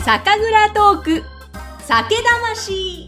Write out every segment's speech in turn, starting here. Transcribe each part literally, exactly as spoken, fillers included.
酒蔵トーク酒魂。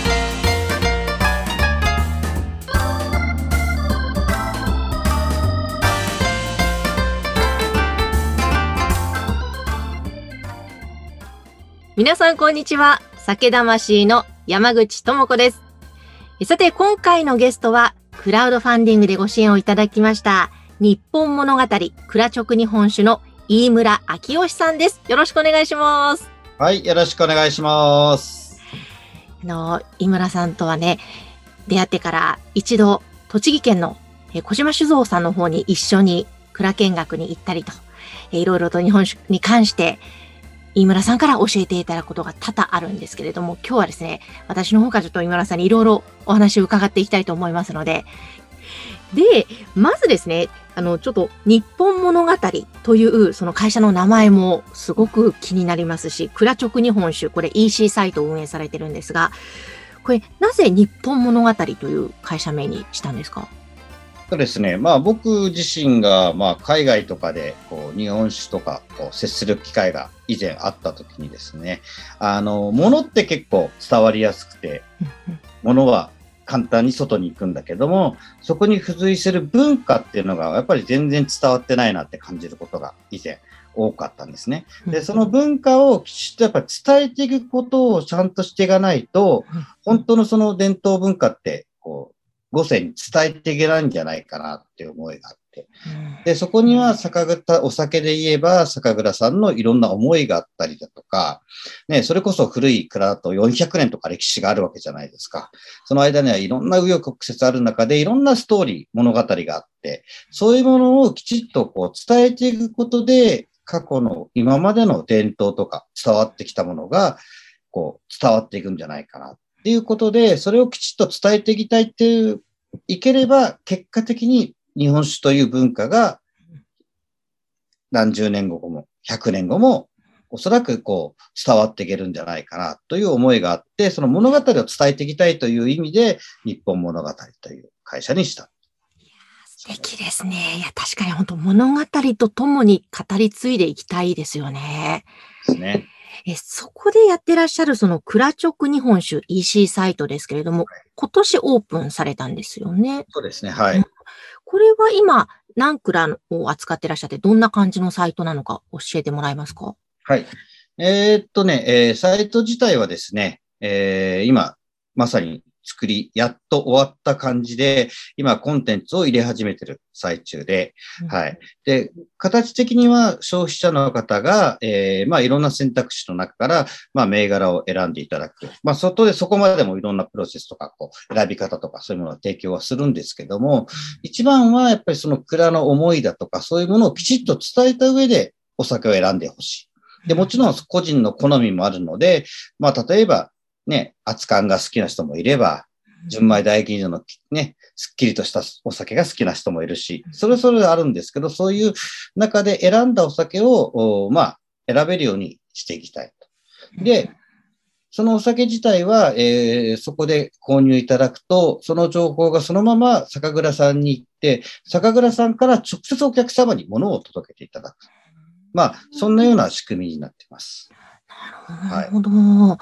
皆さんこんにちは。酒魂の山口智子です。さて今回のゲストはクラウドファンディングでご支援をいただきました日本物語蔵直日本酒の飯村昭義さんです。よろしくお願いします。 はい、よろしくお願いします。 あの飯村さんとはね、出会ってから一度栃木県の小島酒造さんの方に一緒に蔵見学に行ったりと、いろいろと日本酒に関して飯村さんから教えていただくことが多々あるんですけれども、今日はですね、私の方からちょっと飯村さんにいろいろお話を伺っていきたいと思いますので、で、まずですね、あの、ちょっと日本物語というその会社の名前もすごく気になりますし、蔵直日本酒、これ イーシー サイトを運営されてるんですが、これなぜ日本物語という会社名にしたんですか？ そうですね、まあ僕自身がまあ海外とかでこう日本酒とかこう接する機会が以前あった時にですね、あの、物って結構伝わりやすくて、物は簡単に外に行くんだけども、そこに付随する文化っていうのがやっぱり全然伝わってないなって感じることが以前多かったんですね。で、その文化をきちっとやっぱり伝えていくことをちゃんとしていかないと、本当のその伝統文化ってこう、後世に伝えていけないんじゃないかなっていう思いがあって。で、そこには酒蔵、お酒で言えば酒蔵さんのいろんな思いがあったりだとか、ね、それこそ古い蔵だとよんひゃくねんとか歴史があるわけじゃないですか。その間にはいろんな紆余曲折ある中でいろんなストーリー、物語があって、そういうものをきちっとこう伝えていくことで、過去の今までの伝統とか伝わってきたものが、こう伝わっていくんじゃないかなっていうことで、それをきちっと伝えていきたいっていう、いければ、結果的に日本酒という文化が何十年後も、ひゃくねんごも、おそらくこう伝わっていけるんじゃないかなという思いがあって、その物語を伝えていきたいという意味で、日本物語という会社にした。 素敵ですね。いや、確かに本当物語とともに語り継いでいきたいですよね。 ですね。 え、そこでやってらっしゃるその蔵直日本酒 イーシー サイトですけれども、はい、今年オープンされたんですよね。 そうですね。はい。 うん、これは今何蔵を扱ってらっしゃって、どんな感じのサイトなのか教えてもらえますか？ はい。えー、っとね、えー、サイト自体はですね、えー、今、まさに作り、やっと終わった感じで、今コンテンツを入れ始めてる最中で、うん、はい。で、形的には消費者の方が、えー、まあいろんな選択肢の中から、まあ銘柄を選んでいただく。まあ外でそこまでもいろんなプロセスとか、こう、選び方とかそういうものを提供はするんですけども、うん、一番はやっぱりその蔵の思いだとか、そういうものをきちっと伝えた上でお酒を選んでほしい。で、もちろん個人の好みもあるので、まあ例えば、ね、熱燗が好きな人もいれば、純米大吟醸のね、すっきりとしたお酒が好きな人もいるし、それぞれあるんですけど、そういう中で選んだお酒を、まあ、選べるようにしていきたいと。で、そのお酒自体は、えー、そこで購入いただくと、その情報がそのまま酒蔵さんに行って、酒蔵さんから直接お客様に物を届けていただく。まあ、そんなような仕組みになっています。 なるほど。はい、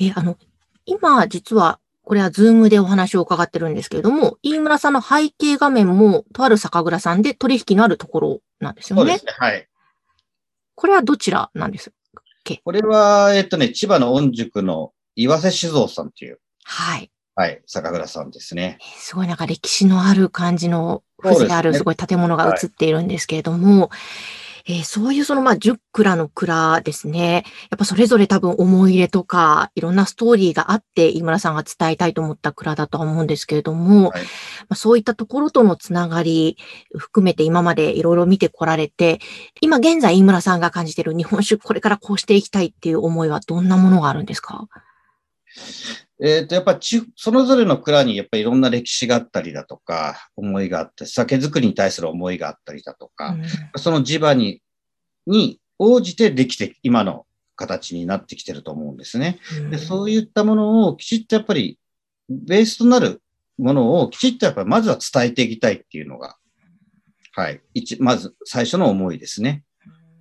え、あの、今、実は、これはズームでお話を伺ってるんですけれども、飯村さんの背景画面も、とある酒蔵さんで取引のあるところなんですよね。 そうですね。はい。 これはどちらなんですか？ これは、えっとね、千葉の御宿の岩瀬酒造さんという。 はい。 はい、酒蔵さんですね。 すごいなんか歴史のある感じの、風情あるすごい建物が映っているんですけれども、えー、そういうそのまあじゅっ蔵の蔵ですね。やっぱそれぞれ多分思い入れとかいろんなストーリーがあって飯村さんが伝えたいと思った蔵だとは思うんですけれども、はい、まあ、そういったところとのつながり含めて今までいろいろ見てこられて、今現在飯村さんが感じている日本酒これからこうしていきたいっていう思いはどんなものがあるんですか？ えっと、やっぱち、それぞれの蔵にやっぱりいろんな歴史があったりだとか、思いがあって、酒造りに対する思いがあったりだとか、うん、その地場に、に応じてできて、今の形になってきてると思うんですね。うん、でそういったものをきちっとやっぱり、ベースとなるものをきちっとやっぱりまずは伝えていきたいっていうのが、はい。一、まず最初の思いですね。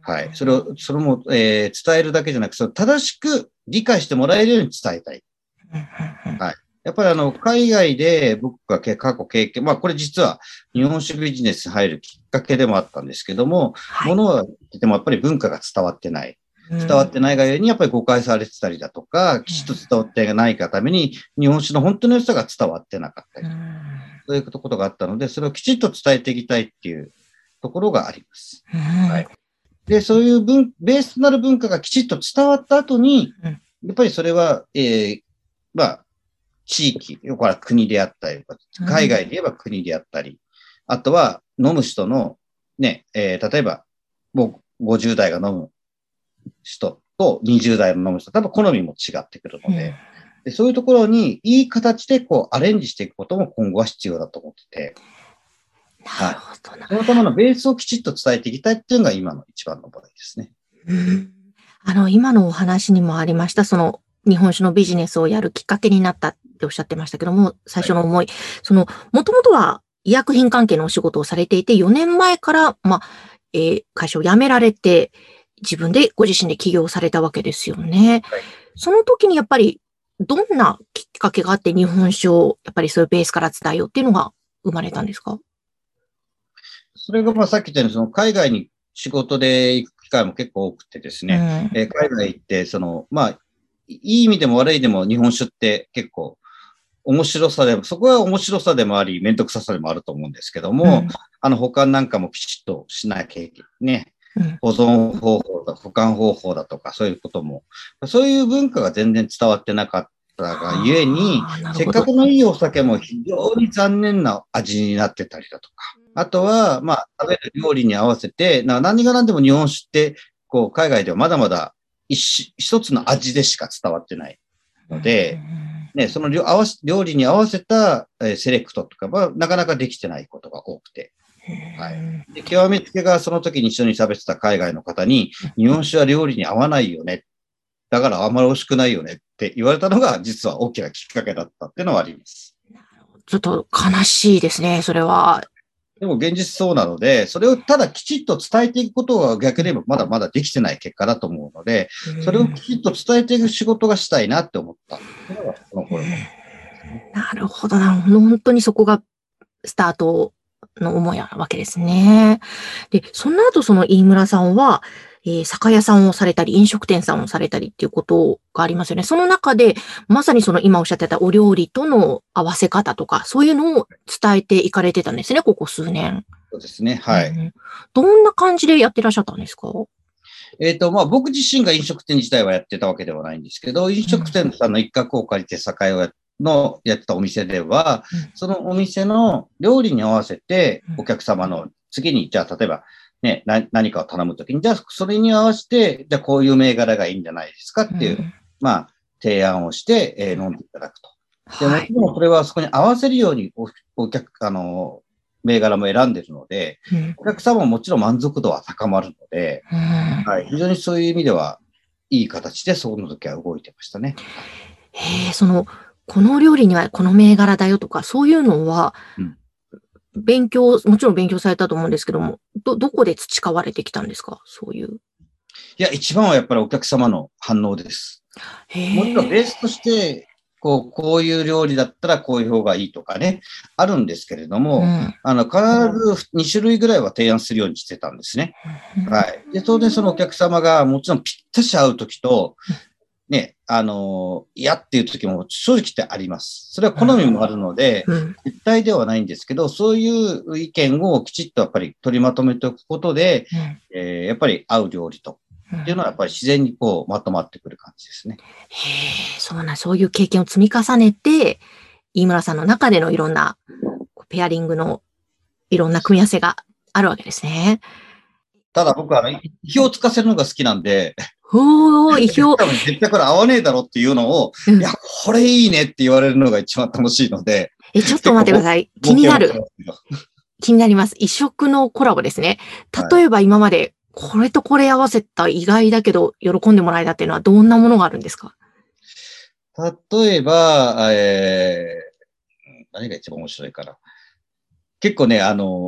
はい。それを、それも、えー伝えるだけじゃなく、それを正しく理解してもらえるように伝えたい。はい。やっぱりあの、海外で僕がけ過去経験、まあこれ実は日本酒ビジネスに入るきっかけでもあったんですけども、 はい。 ものは言ってもやっぱり文化が伝わってない。 うん伝わってないがゆえにやっぱり誤解されてたりだとか、きちっと伝わってないがために、日本酒の本当の良さが伝わってなかったり、 うんそういうことがあったので、それをきちっと伝えていきたいっていうところがあります。 うんはい。で、そういう文、ベースとなる文化がきちっと伝わった後に、 うんやっぱりそれは、えー、まあ、地域、よくは国であったり、海外で言えば国であったり、あとは飲む人の、ね、えー、例えば、もうごじゅう代が飲む人とにじゅう代の飲む人、多分好みも違ってくるので、でそういうところにいい形でこうアレンジしていくことも今後は必要だと思ってて、 なるほどな。 そのためのベースをきちっと伝えていきたいっていうのが今の一番の場合ですね。 うん、あの、今のお話にもありました、その、日本酒のビジネスをやるきっかけになったっておっしゃってましたけども、最初の思い、はい、その、もともとは医薬品関係のお仕事をされていて、よねんまえから、まあ、えー、会社を辞められて、自分でご自身で起業されたわけですよね。はい、その時にやっぱり、どんなきっかけがあって日本酒を、やっぱりそういうベースから伝えようっていうのが生まれたんですか？ それがまあさっき言ったように、その海外に仕事で行く機会も結構多くてですね、うん、えー、海外行って、その、まあ、いい意味でも悪いでも日本酒って結構面白さでも、そこは面白さでもあり、めんどくささでもあると思うんですけども、うん、あの、保管なんかもきちっとしなきゃいけないね。保存方法だ、保管方法だとか、そういうことも、そういう文化が全然伝わってなかったがゆえに、せっかくのいいお酒も非常に残念な味になってたりだとか、あとは、まあ、食べる料理に合わせて、何が何でも日本酒って、こう、海外ではまだまだ一一つの味でしか伝わってないので、ね、その料合わせ料理に合わせた、えー、セレクトとかは、なかなかできてないことが多くて。はい。で、極めつけがその時に一緒に食べてた海外の方に、日本酒は料理に合わないよね。だからあんまり美味しくないよねって言われたのが、実は大きなきっかけだったっていうのはあります。 ちょっと悲しいですね、それは。 でも現実そうなので、それをただきちっと伝えていくことは逆に言えばまだまだできてない結果だと思うので、それをきちっと伝えていく仕事がしたいなって思ったっていうのがその頃の。 なるほどな。本当にそこがスタートの思いなわけですね。で、その後その飯村さんは、えー、酒屋さんをされたり、飲食店さんをされたりっていうことがありますよね。その中で、まさにその今おっしゃってたお料理との合わせ方とか、そういうのを伝えていかれてたんですね、ここ数年。 そうですね、はい。うん、 どんな感じでやってらっしゃったんですか？ えっと、まあ、僕自身が飲食店自体はやってたわけではないんですけど、飲食店さんの一角を借りて酒屋をやって、のやってたお店では、うん、そのお店の料理に合わせて、お客様の次に、じゃあ、例えば、ね、な何かを頼むときに、じゃあ、それに合わせて、じゃあ、こういう銘柄がいいんじゃないですかっていう、うん、まあ、提案をして、えー、飲んでいただくと。で、もちろん、それはそこに合わせるようにお、お客、あの、銘柄も選んでるので、うん、お客様ももちろん満足度は高まるので、うん、はい、非常にそういう意味では、いい形で、その時は動いてましたね。 へえ、その、この料理にはこの銘柄だよとか、そういうのは、勉強、もちろん勉強されたと思うんですけども、ど、どこで培われてきたんですか？そういう。 いや、一番はやっぱりお客様の反応です。もちろんベースとして、こう、こういう料理だったらこういう方がいいとかね、あるんですけれども、うん、あの、必ずに種類ぐらいは提案するようにしてたんですね。うん、はい。で、当然そのお客様がもちろんぴったし合うときと、ね、あの、嫌っていう時も正直ってあります。それは好みもあるので、絶対ではないんですけど、そういう意見をきちっとやっぱり取りまとめておくことで、うん、えー、やっぱり合う料理と、っていうのはやっぱり自然にこうまとまってくる感じですね。 へえ、そうな、そういう経験を積み重ねて、飯村さんの中でのいろんなペアリングのいろんな組み合わせがあるわけですね。 ただ僕はあの、意表をつかせるのが好きなんで、 おー、意表。 多分絶対これ合わねえだろっていうのを、うん、いや、これいいねって言われるのが一番楽しいので。 え、ちょっと待ってください。気になる。気になります。異色のコラボですね。例えば今まで、これとこれ合わせた意外だけど、喜んでもらえたっていうのはどんなものがあるんですか？ 例えば、えー、何が一番面白いかな。結構ね、あの、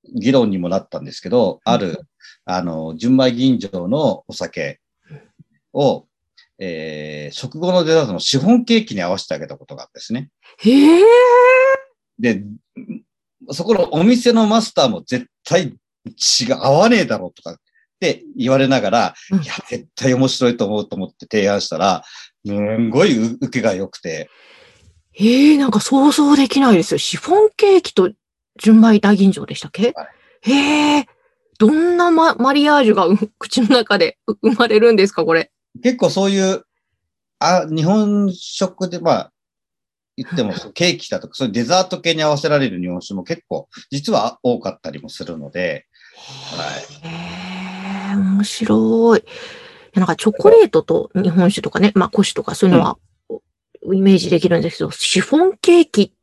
議論にもなったんですけど、ある、あの、純米吟醸のお酒を、えー、食後のデザートのシフォンケーキに合わせてあげたことがあったんですね。 へー。 で、そこのお店のマスターも絶対違う、合わねえだろうとかって言われながら、 うん、 いや、絶対面白いと思うと思って提案したら、すんごい受けが良くて。 ええー、なんか想像できないですよ。シフォンケーキと純米大吟醸でしたっけ？はい、へえ、どんなマ、マリアージュが口の中で生まれるんですか、これ。 結構そういう、あ、日本食で、まあ、言ってもケーキだとか、そういうデザート系に合わせられる日本酒も結構、実は多かったりもするので、 はい。へえ、面白い。なんかチョコレートと日本酒とかね、まあ古酒とかそういうのは、イメージできるんですけど、うん、シフォンケーキって、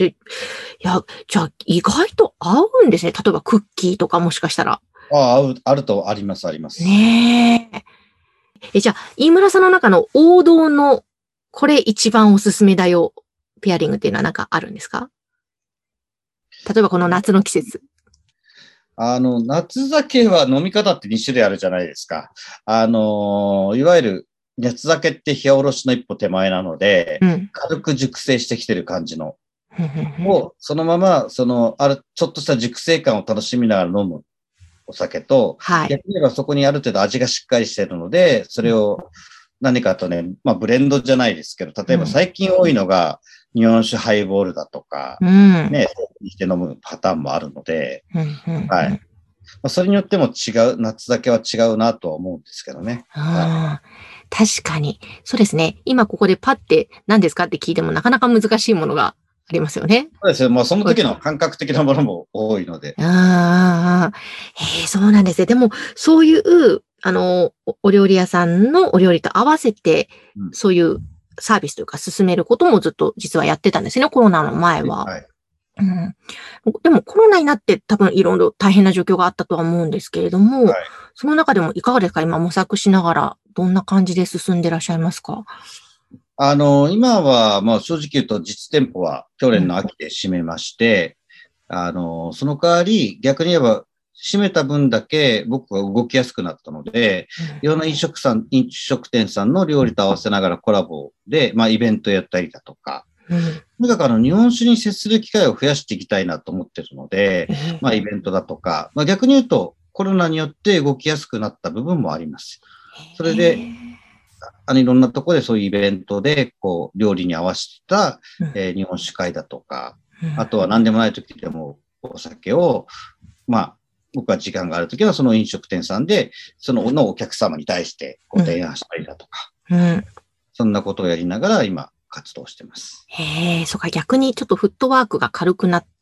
いや、じゃあ意外と合うんですね。例えばクッキーとかもしかしたら。 ああ、合う、あるとあります、あります。 ねえ。え、じゃあ、飯村さんの中の王道の、これ一番おすすめだよ、ペアリングっていうのはなんかあるんですか？例えばこの夏の季節。 あの、夏酒は飲み方ってに種類あるじゃないですか。あの、いわゆる夏酒って冷やおろしの一歩手前なので、うん、軽く熟成してきてる感じの。を、そのまま、その、ある、ちょっとした熟成感を楽しみながら飲むお酒と、はい、逆に言えばそこにある程度味がしっかりしてるので、それを何かとね、まあブレンドじゃないですけど、例えば最近多いのが、日本酒ハイボールだとか、うん、ね、そうにして飲むパターンもあるので、はい。まあ、それによっても違う、夏酒は違うなとは思うんですけどね。 はい、確かに。そうですね。今ここでパッて何ですかって聞いてもなかなか難しいものがありますよね。 そうですよ。まあその時の感覚的なものも多いので。 ああ、ええ、そうなんですね。でも、そういう、あの、お料理屋さんのお料理と合わせて、うん、そういうサービスというか進めることもずっと実はやってたんですね、コロナの前は。はい、うん、でもコロナになって多分いろいろ大変な状況があったとは思うんですけれども、はい、その中でもいかがですか？今模索しながら、どんな感じで進んでらっしゃいますか？ あの、今は、まあ正直言うと実店舗は去年の秋で閉めまして、うん、あの、その代わり逆に言えば閉めた分だけ僕は動きやすくなったので、うん、いろんな飲食さん、飲食店さんの料理と合わせながらコラボで、まあイベントやったりだとか、うん、とにかくあの日本酒に接する機会を増やしていきたいなと思ってるので、うん、まあイベントだとか、まあ逆に言うとコロナによって動きやすくなった部分もあります。それで、あのいろんなところでそういうイベントで、こう、料理に合わせた、えー、日本酒会だとか、あとは何でもない時でもお酒を、まあ、僕は時間がある時はその飲食店さんで、そののお客様に対してご提案したりだとか、うん、そんなことをやりながら今活動してます。 へえ、そっか、逆にちょっとフットワークが軽くなって、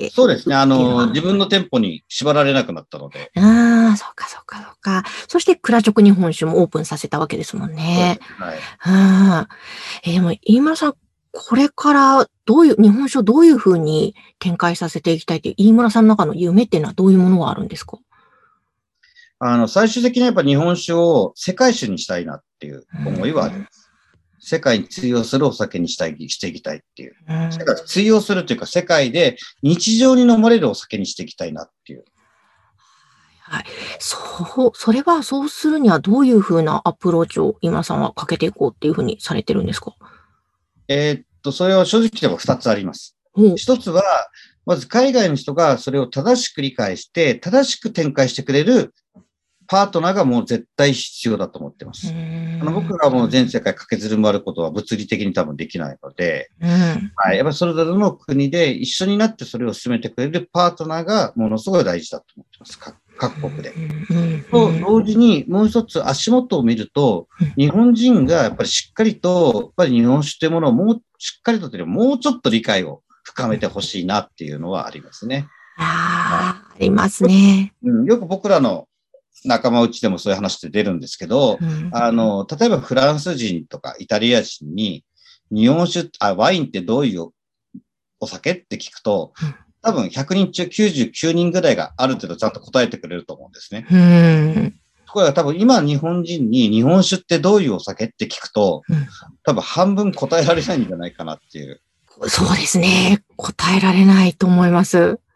そうですね。あの、自分の店舗に縛られなくなったので。 ああ、そうか、そうか、そうか。そして、蔵直日本酒もオープンさせたわけですもんね。はい。あえー、でも、飯村さん、これからどういう、日本酒をどういうふうに展開させていきたいっていう、飯村さんの中の夢っていうのはどういうものがあるんですか？ あの、最終的にやっぱ日本酒を世界酒にしたいなっていう思いはあります。世界に通用するお酒にしたい、していきたいっていう。世界に通用するというか、世界で日常に飲まれるお酒にしていきたいなっていう。 はい。そう、それは、そうするにはどういうふうなアプローチを今さんはかけていこうっていうふうにされてるんですか？ えー、っと、それは正直言えば二つあります。一つは、まず海外の人がそれを正しく理解して、正しく展開してくれるパートナーがもう絶対必要だと思ってます。あの僕がもう全世界駆けずる回ることは物理的に多分できないので、うん、はい。やっぱりそれぞれの国で一緒になってそれを進めてくれるパートナーがものすごい大事だと思ってます。各国で。と同時にもう一つ足元を見ると、日本人がやっぱりしっかりと、やっぱり日本酒というものをもうしっかりとというよりもうちょっと理解を深めてほしいなっていうのはありますね。 ああ、ありますね。 うん、よく僕らの仲間内でもそういう話って出るんですけど、うん、あの、例えばフランス人とかイタリア人に、日本酒、あ、ワインってどういうお酒って聞くと、多分ひゃくにん中きゅうじゅうきゅうにんぐらいがある程度ちゃんと答えてくれると思うんですね。うん、ところが多分今日本人に日本酒ってどういうお酒って聞くと、うん、多分半分答えられないんじゃないかなっていう。 そうですね。答えられないと思います。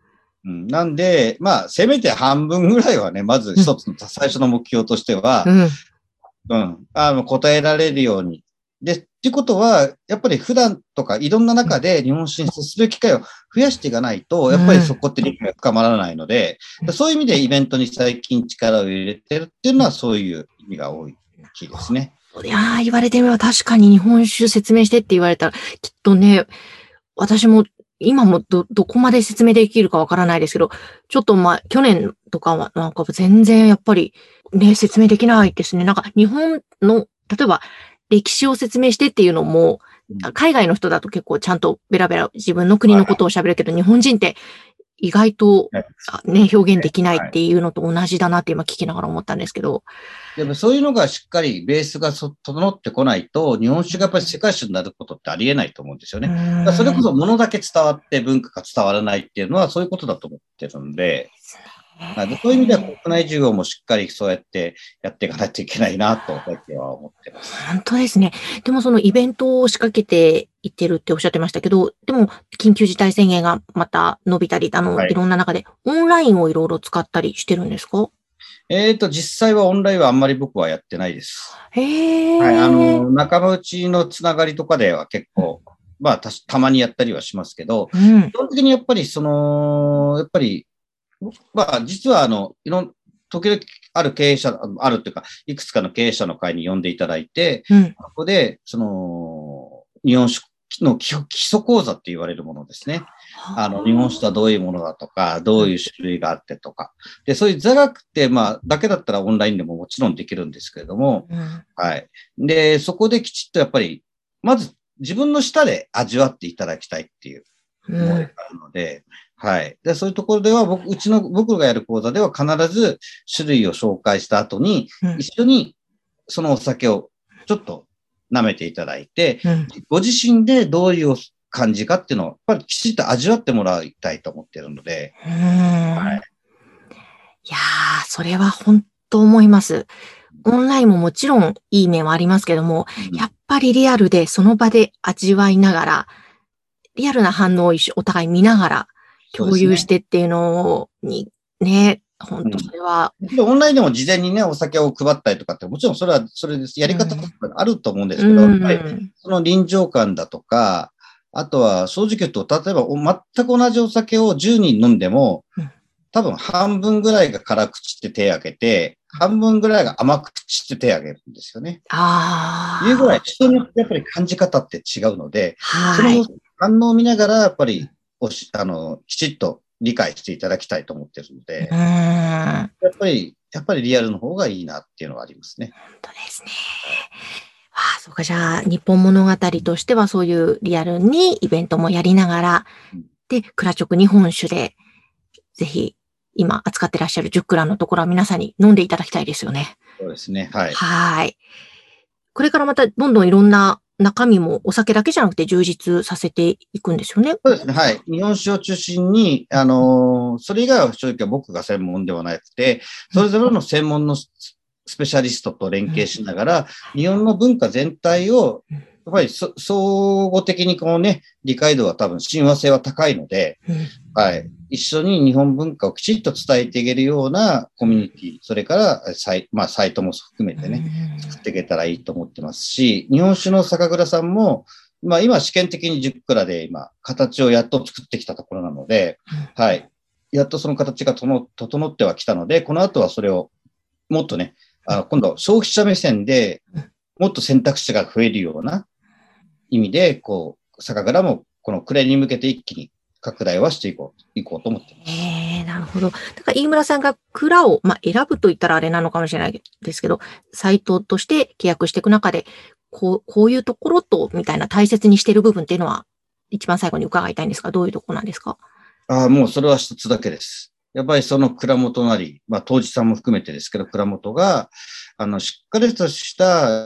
うん、なんで、まあ、せめて半分ぐらいはね、まず一つの最初の目標としては、うん、うん、あの、答えられるように。で、っていうことは、やっぱり普段とかいろんな中で日本史に接する機会を増やしていかないと、やっぱりそこって理解が深まらないので、うん、そういう意味でイベントに最近力を入れてるっていうのはそういう意味が多い気ですね。 いやー、言われてみれば確かに日本酒説明してって言われたら、きっとね、私も今もど、どこまで説明できるかわからないですけど、ちょっとまあ、去年とかはなんか全然やっぱりね、説明できないですね。なんか日本の、例えば歴史を説明してっていうのも、海外の人だと結構ちゃんとベラベラ自分の国のことを喋るけど、日本人って意外とね、表現できないっていうのと同じだなって今聞きながら思ったんですけど。 でもそういうのがしっかりベースが整ってこないと、日本酒がやっぱり世界酒になることってありえないと思うんですよね。だそれこそ物だけ伝わって文化が伝わらないっていうのはそういうことだと思ってるんで、でそういう意味では国内事業もしっかりそうやってやっていかないといけないなと、私は思ってます。 本当ですね。でもそのイベントを仕掛けていってるっておっしゃってましたけど、でも緊急事態宣言がまた伸びたり、あの、はい、いろんな中でオンラインをいろいろ使ったりしてるんですか？ えっと、実際はオンラインはあんまり僕はやってないです。 へー。 はい、あの、仲間内のつながりとかでは結構、まあた、たまにやったりはしますけど、うん、基本的にやっぱりその、やっぱり、まあ、実はあの、いろん、時々ある経営者、あるっていうか、いくつかの経営者の会に呼んでいただいて、うん、ここで、その、日本酒の基礎講座って言われるものですね。あの、日本酒とはどういうものだとか、どういう種類があってとか。で、そういう座学って、まあ、だけだったらオンラインでももちろんできるんですけれども、うん、はい。で、そこできちっとやっぱり、まず自分の舌で味わっていただきたいっていう思いがあるので、うん、はい。で、そういうところでは、僕、うちの、僕がやる講座では必ず種類を紹介した後に、うん、一緒にそのお酒をちょっと舐めていただいて、うん、ご自身でどういう感じかっていうのを、やっぱりきちっと味わってもらいたいと思っているので。 うん、はい。いやー、それは本当思います。オンラインももちろんいい面はありますけども、うん、やっぱりリアルでその場で味わいながら、リアルな反応をお互い見ながら共有してっていうのにね、本当それは、 うん。オンラインでも事前にね、お酒を配ったりとかって、もちろんそれは、それです。やり方とかあると思うんですけど、うん、やっぱりその臨場感だとか、あとは正直言うと、例えば全く同じお酒をじゅうにん飲んでも、うん多分半分ぐらいが辛口って手を挙げて、半分ぐらいが甘口って手を挙げるんですよね。 ああ。 いうぐらい人によってやっぱり感じ方って違うので、はい、その反応を見ながらやっぱりおしあのきちっと理解していただきたいと思ってるので、 うんやっぱりやっぱりリアルの方がいいなっていうのはありますね。 本当ですね。ああ、そうか、じゃあ日本物語としてはそういうリアルにイベントもやりながら、うん、で蔵直日本酒でぜひ今扱ってらっしゃるじゅっ蔵のところは皆さんに飲んでいただきたいですよね。 そうですね。はい。 はい。これからまたどんどんいろんな中身もお酒だけじゃなくて充実させていくんですよね。 そうですね。はい。日本酒を中心に、あのー、それ以外は正直は僕が専門ではなくて、それぞれの専門のスペシャリストと連携しながら、日本の文化全体を、やっぱり総合的にこのね、理解度は多分親和性は高いので、はい。一緒に日本文化をきちっと伝えていけるようなコミュニティ、それからサイ、まあ、サイトも含めてね、作っていけたらいいと思ってますし、日本酒の酒蔵さんも、まあ今試験的にじゅっ蔵で今、形をやっと作ってきたところなので、はい。やっとその形が整ってはきたので、この後はそれをもっとね、あの今度消費者目線でもっと選択肢が増えるような意味で、こう、酒蔵もこの暮れに向けて一気に拡大はしていこう、いこうと思っています。 ええー、なるほど。だから飯村さんが蔵を、まあ、選ぶと言ったらあれなのかもしれないですけど、サイトとして契約していく中で、こう、こういうところと、みたいな大切にしている部分っていうのは、一番最後に伺いたいんですが、どういうところなんですか？ ああ、もうそれは一つだけです。やっぱりその蔵元なり、まあ当時さんも含めてですけど、蔵元が、あの、しっかりとした、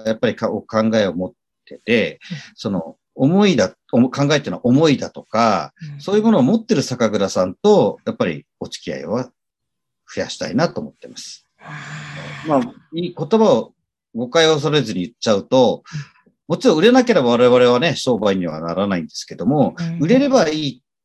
やっぱりかお考えを持ってて、その、思いだ、考えっていうのは思いだとか、うん、そういうものを持ってる酒蔵さんと、やっぱりお付き合いは増やしたいなと思ってます。まあ、いい言葉を誤解を恐れずに言っちゃうと、もちろん売れなければ我々はね、商売にはならないんですけども、うん、売れればいい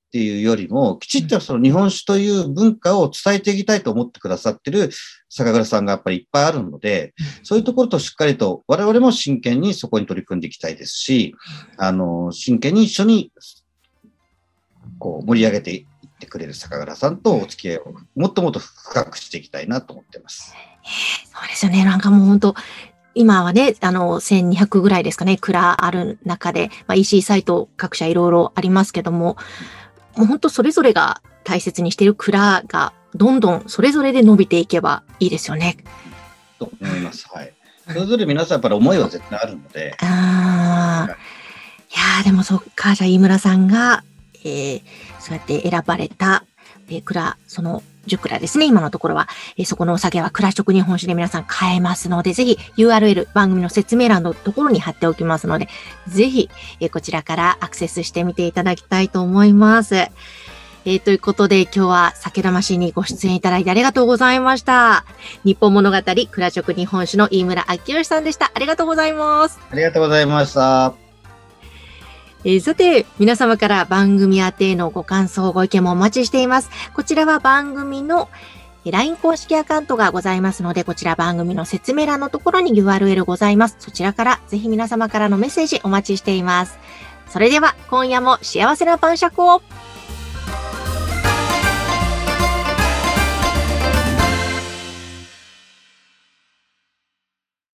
っていうよりも、きちっとその日本酒という文化を伝えていきたいと思ってくださってる酒蔵さんがやっぱりいっぱいあるので、そういうところとしっかりと我々も真剣にそこに取り組んでいきたいですし、あの、真剣に一緒にこう盛り上げていってくれる酒蔵さんとお付き合いをもっともっと深くしていきたいなと思っています。 そうですよね。なんかもう本当、今はね、あの、せんにひゃくぐらいですかね、蔵ある中で、まあ、イーシー サイト各社いろいろありますけども、もう本当それぞれが大切にしている蔵がどんどんそれぞれで伸びていけばいいですよね。 と思います。はい。それぞれ皆さんやっぱり思いは絶対あるので。 ああ、いやーでもそっか、じゃあ飯村さんが、えー、そうやって選ばれた、えー、蔵、そのじゅっ蔵ですね、今のところは。えー、そこのお酒は蔵食日本酒で皆さん買えますので、ぜひ ユーアールエル 番組の説明欄のところに貼っておきますので、ぜひ、えー、こちらからアクセスしてみていただきたいと思います。えー、ということで今日は酒魂にご出演いただいてありがとうございました。日本物語蔵食日本酒の飯村明義さんでした。ありがとうございます。 ありがとうございました。 えー、さて、皆様から番組宛てのご感想、ご意見もお待ちしています。こちらは番組の ライン 公式アカウントがございますので、こちら番組の説明欄のところに ユーアールエル ございます。そちらからぜひ皆様からのメッセージお待ちしています。それでは今夜も幸せな晩酌を。